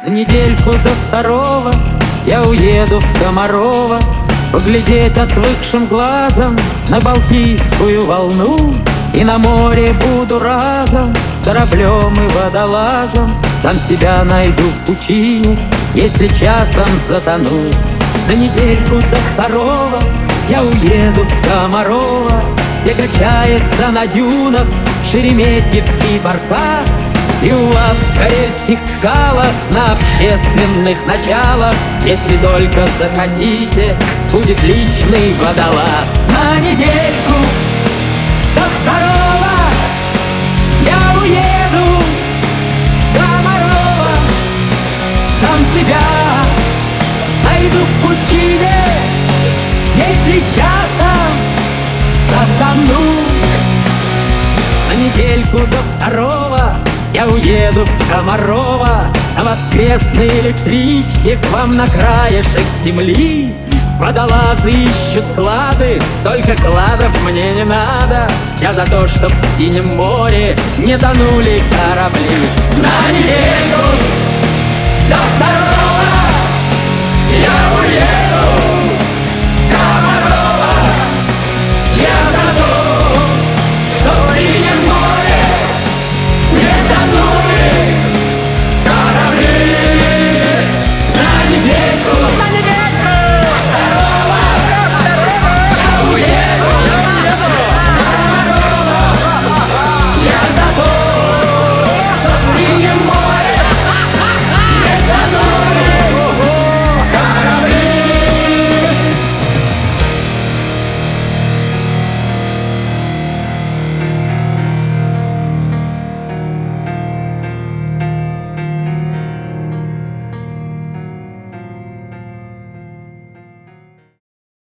Недельку до второго я уеду в Комарово, поглядеть отвыкшим глазом на Балтийскую волну. И на море буду разом кораблем и водолазом, сам себя найду в пучине, если часом затону. На недельку до второго я уеду в Комарово, где качается на дюнах Шереметьевский баркас. И у вас в карельских скалах на общественных началах, если только захотите, будет личный водолаз. На недельку до второго я уеду в Комарово, сам себя найду в пучине, если часом затону. На недельку до второго я уеду в Комарово на воскресной электричке к вам на краешек земли. Водолазы ищут клады, только кладов мне не надо. Я за то, чтоб в синем море не тонули корабли. На недельку до